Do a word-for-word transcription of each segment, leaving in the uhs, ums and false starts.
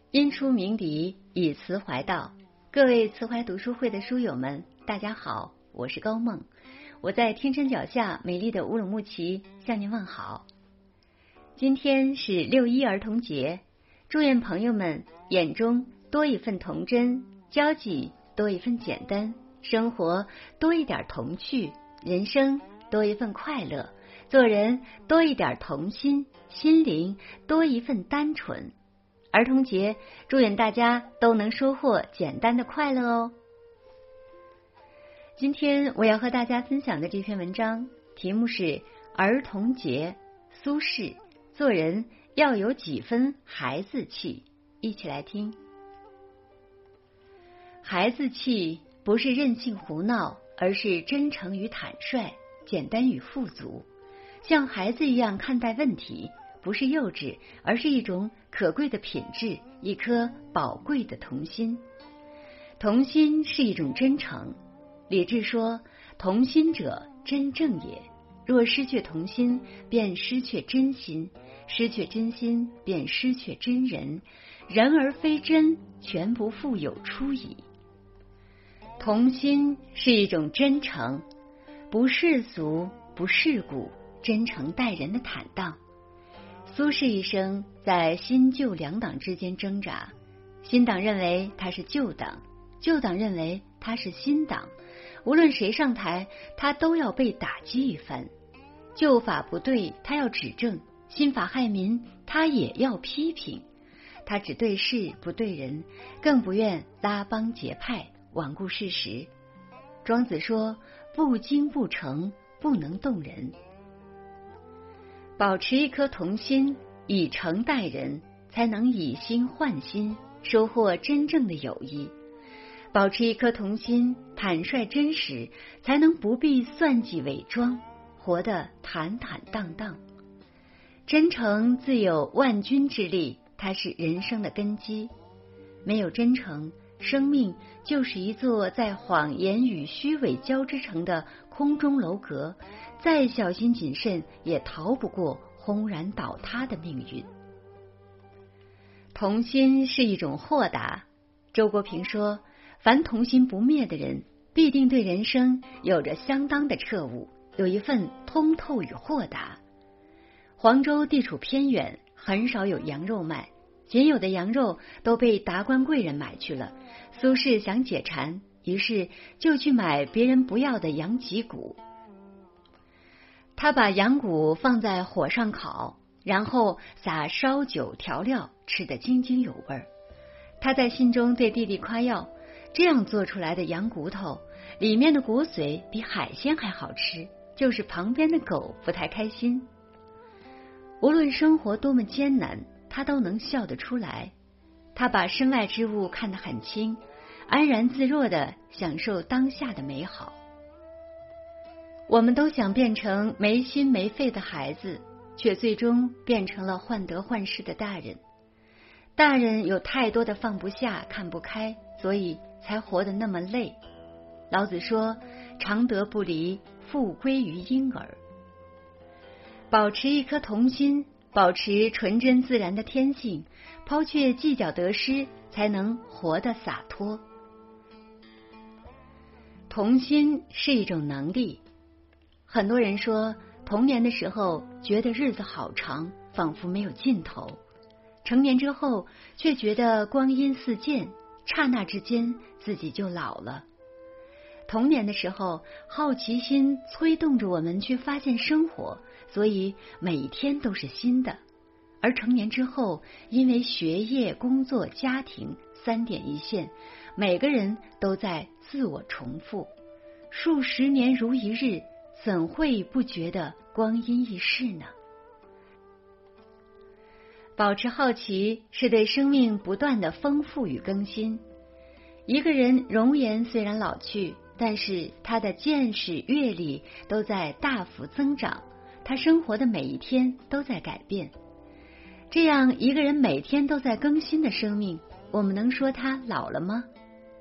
因书鸣笛，以词怀道。各位词怀读书会的书友们，大家好，我是高梦，我在天山脚下美丽的乌鲁木齐向您问好。今天是六一儿童节，祝愿朋友们眼中多一份童真，交际多一份简单，生活多一点童趣，人生多一份快乐，做人多一点童心，心灵多一份单纯。儿童节，祝愿大家都能收获简单的快乐哦。今天我要和大家分享的这篇文章题目是儿童节，苏轼，做人要有几分孩子气。一起来听。孩子气不是任性胡闹，而是真诚与坦率，简单与富足，像孩子一样看待问题，不是幼稚，而是一种可贵的品质，一颗宝贵的童心。童心是一种真诚。李治说，童心者真正也，若失去童心，便失去真心，失去真心，便失去真人，人而非真，全不复有出矣。童心是一种真诚，不世俗，不世故，真诚待人的坦荡。苏轼一生在新旧两党之间挣扎，新党认为他是旧党，旧党认为他是新党，无论谁上台，他都要被打击一番。旧法不对，他要指正；新法害民，他也要批评。他只对事不对人，更不愿拉帮结派，罔顾事实。庄子说，不精不诚，不能动人。保持一颗童心，以诚待人，才能以心换心，收获真正的友谊。保持一颗童心，坦率真实，才能不必算计伪装，活得坦坦荡荡。真诚自有万钧之力，它是人生的根基。没有真诚，生命就是一座在谎言与虚伪交织成的空中楼阁，再小心谨慎也逃不过轰然倒塌的命运。童心是一种豁达。周国平说，凡童心不灭的人，必定对人生有着相当的彻悟，有一份通透与豁达。黄州地处偏远，很少有羊肉卖，仅有的羊肉都被达官贵人买去了。苏轼想解馋，于是就去买别人不要的羊脊骨。他把羊骨放在火上烤，然后撒烧酒调料，吃得津津有味。他在信中对弟弟夸耀，这样做出来的羊骨头，里面的骨髓比海鲜还好吃，就是旁边的狗不太开心。无论生活多么艰难，他都能笑得出来。他把身外之物看得很轻，安然自若地享受当下的美好。我们都想变成没心没肺的孩子，却最终变成了患得患失的大人。大人有太多的放不下、看不开，所以才活得那么累。老子说，常德不离，复归于婴儿。保持一颗童心，保持纯真自然的天性，抛却计较得失，才能活得洒脱。童心是一种能力。很多人说，童年的时候觉得日子好长，仿佛没有尽头；成年之后却觉得光阴似箭，刹那之间自己就老了。童年的时候，好奇心催动着我们去发现生活，所以每一天都是新的。而成年之后，因为学业、工作、家庭三点一线，每个人都在自我重复，数十年如一日，怎会不觉得光阴易逝呢？保持好奇是对生命不断的丰富与更新。一个人容颜虽然老去，但是他的见识、阅历都在大幅增长，他生活的每一天都在改变。这样一个人每天都在更新的生命，我们能说他老了吗？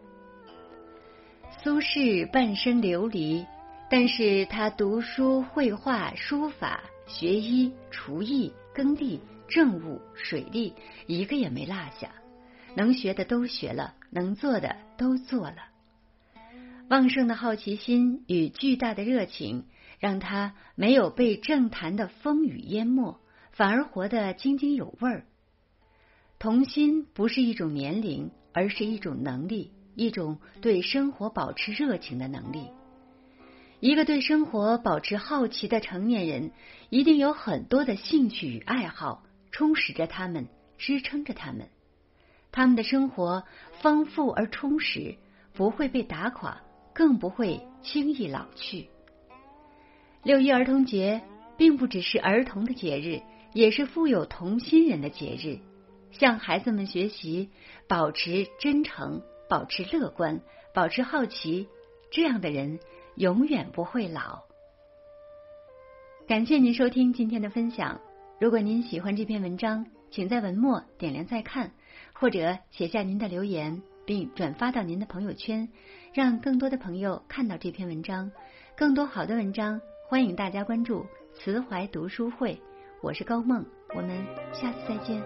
苏轼半生流离，但是他读书、绘画、书法、学医、厨艺、耕地、政务、水利，一个也没落下。 能学的都学了，能做的都做了。旺盛的好奇心与巨大的热情，让他没有被政坛的风雨淹没，反而活得津津有味儿。童心不是一种年龄，而是一种能力，一种对生活保持热情的能力。一个对生活保持好奇的成年人，一定有很多的兴趣与爱好，充实着他们，支撑着他们。他们的生活丰富而充实，不会被打垮，更不会轻易老去。六一儿童节并不只是儿童的节日，也是富有童心人的节日。向孩子们学习，保持真诚，保持乐观，保持好奇，这样的人永远不会老。感谢您收听今天的分享。如果您喜欢这篇文章，请在文末点亮再看，或者写下您的留言，并转发到您的朋友圈，让更多的朋友看到这篇文章。更多好的文章，欢迎大家关注慈怀读书会。我是高梦，我们下次再见。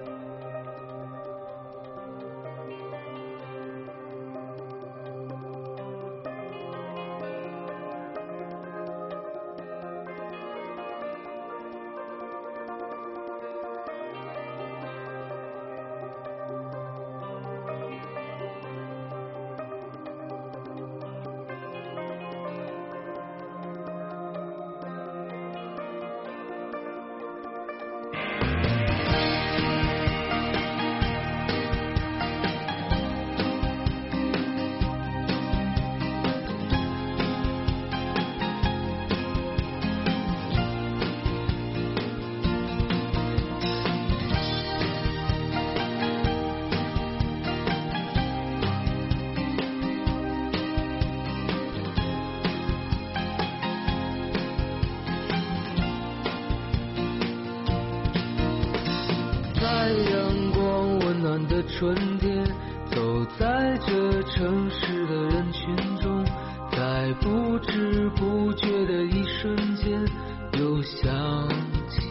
春天，走在这城市的人群中，在不知不觉的一瞬间，又想起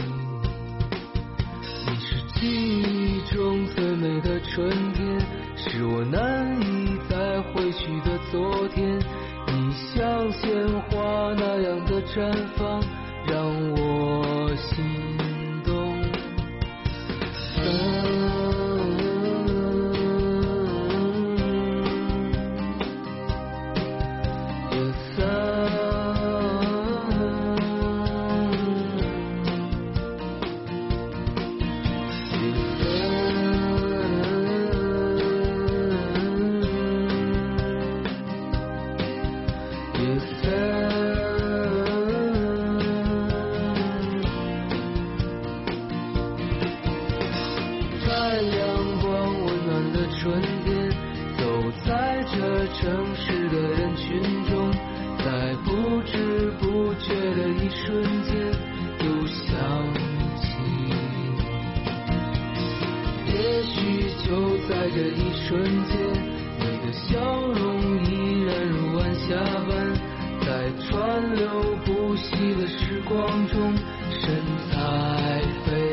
你。你是记忆中最美的春天，是我难以再回去的昨天。你像鲜花那样的绽放，让我心动。嗯城市的人群中，在不知不觉的一瞬间，又想起你。也许就在这一瞬间，你的笑容依然如晚霞般，在川流不息的时光中，神采飞。